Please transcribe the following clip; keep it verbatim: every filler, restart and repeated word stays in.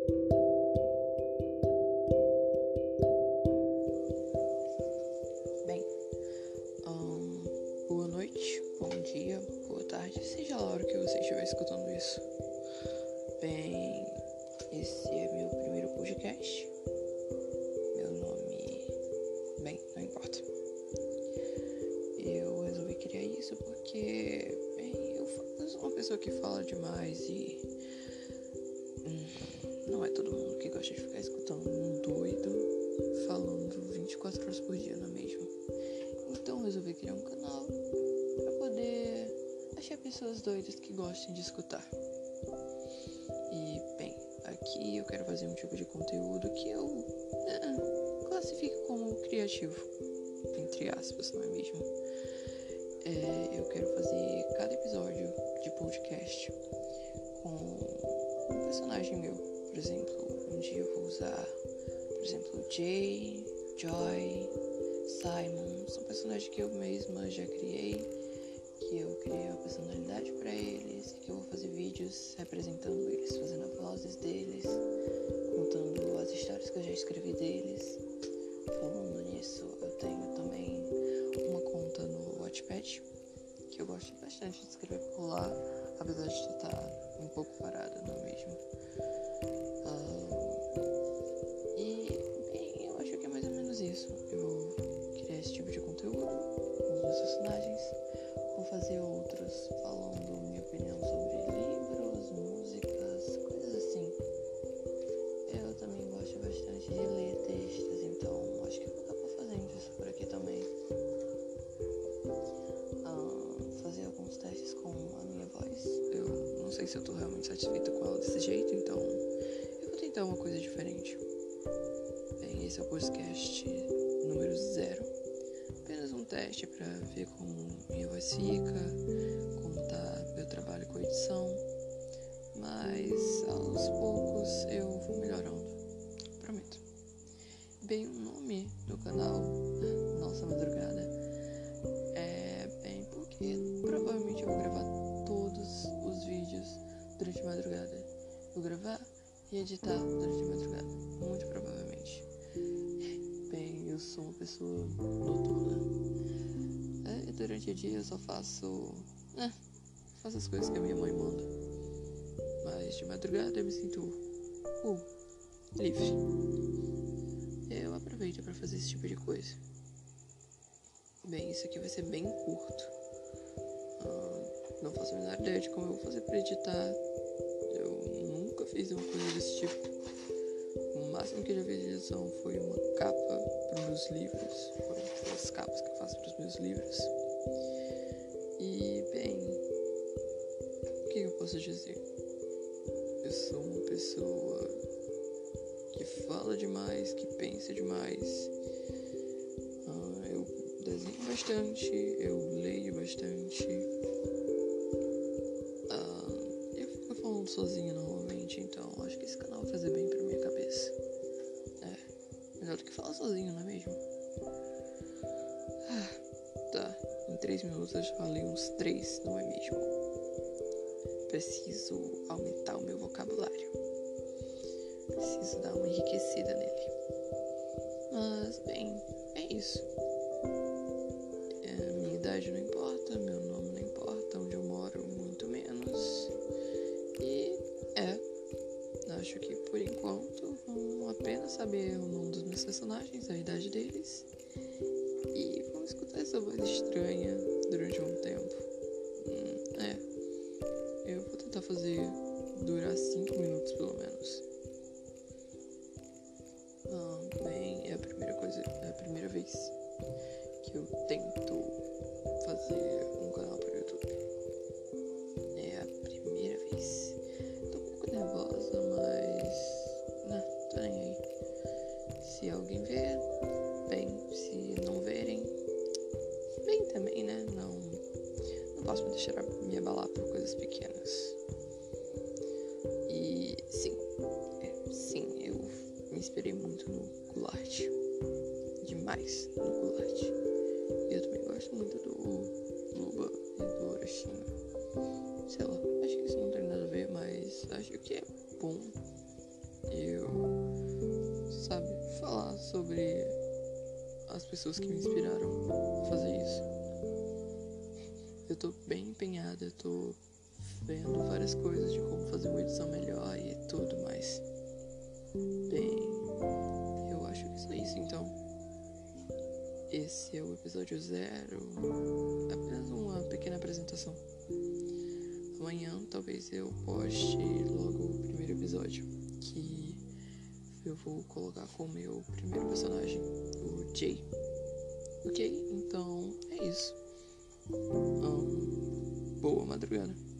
Bem, ahn, boa noite, bom dia, boa tarde, seja lá a hora que você estiver escutando isso. Bem, esse é meu primeiro podcast. Meu nome, bem, não importa. Eu resolvi criar isso porque, bem, eu, eu sou uma pessoa que fala demais e hum, não é todo mundo que gosta de ficar escutando um doido falando vinte e quatro horas por dia, não é mesmo? Então eu resolvi criar um canal pra poder achar pessoas doidas que gostem de escutar. E, bem, aqui eu quero fazer um tipo de conteúdo que eu é, classifico como criativo, entre aspas, não é mesmo? É, eu quero fazer cada episódio de podcast com um personagem meu. Por exemplo, um dia eu vou usar, por exemplo, Jay, Joy, Simon. São personagens que eu mesma já criei, que eu criei uma personalidade pra eles, que eu vou fazer vídeos representando eles, fazendo as vozes deles, contando as histórias que eu já escrevi deles. Falando nisso, eu tenho também uma conta no Wattpad, que eu gosto bastante de escrever por lá, apesar de estar um pouco parada, não é mesmo? Uh, e, bem, eu acho que é mais ou menos isso. Eu vou criar esse tipo de conteúdo com os meus personagens, vou fazer outros falando minha opinião sobre livros, músicas, coisas assim. Eu também gosto bastante de ler textos, então acho que eu vou acabar fazendo isso por aqui também. Uh, fazer alguns testes com a minha voz. Eu não sei se eu tô realmente satisfeita com ela desse jeito, então eu vou tentar uma coisa diferente. Bem, esse é o podcast número zero. Apenas um teste pra ver como minha voz fica, como tá meu trabalho com a edição. Mas aos poucos eu vou melhorando, prometo. Bem, o nome do canal Nossa Madrugada é bem porque provavelmente eu vou gravar todos os vídeos durante a madrugada. Vou gravar e editar durante a madrugada, muito provavelmente. Bem, eu sou uma pessoa noturna. É, durante o dia eu só faço... É, faço as coisas que a minha mãe manda. Mas de madrugada eu me sinto uh, livre. Eu aproveito pra fazer esse tipo de coisa. Bem, isso aqui vai ser bem curto. Uh, não faço a menor ideia de como eu vou fazer pra editar. Eu nunca fiz uma coisa desse tipo. O máximo que eu já fiz de edição foi uma capa para meus livros. Foram as capas que eu faço para os meus livros. E, bem, o que eu posso dizer? Eu sou uma pessoa que fala demais, que pensa demais. Uh, eu desenho bastante, eu leio bastante. Uh, eu fico falando sozinho normalmente, então acho que esse canal vai fazer bem pra minha cabeça. É, melhor do que falar sozinho, não é mesmo? Ah, tá, em três minutos eu já falei uns três, não é mesmo? Preciso aumentar o meu vocabulário. Preciso dar uma enriquecida nele. Mas, bem, é isso. É, minha idade não importa, meu nome não importa, onde eu moro muito menos. E é, acho que por enquanto vão apenas saber o nome dos meus personagens, a idade deles. E vão escutar essa voz estranha durante um tempo. Hum, é. Eu vou tentar fazer durar cinco minutos pelo menos. Ah, bem, é a primeira coisa, é a primeira vez que eu tento fazer um canal pro YouTube. É a primeira vez. Tô um pouco nervosa, mas não, tô nem aí. Se alguém ver, bem, se não verem, bem também, né? Não, não posso me deixar me abalar por coisas pequenas. E sim, é, sim, eu me inspirei muito no Goulart. Demais no Goulart. E eu também gosto muito do Luba e do Orochino. Sei lá, acho que isso não tem nada a ver, mas acho que é bom sobre as pessoas que me inspiraram a fazer isso. Eu tô bem empenhada, eu tô vendo várias coisas de como fazer uma edição melhor e tudo mais. Bem, eu acho que é só isso então. Esse é o episódio zero, apenas uma pequena apresentação. Amanhã talvez eu poste logo o primeiro episódio, que eu vou colocar com o meu primeiro personagem, o Jay. Ok? Então é isso. Um, boa madrugada.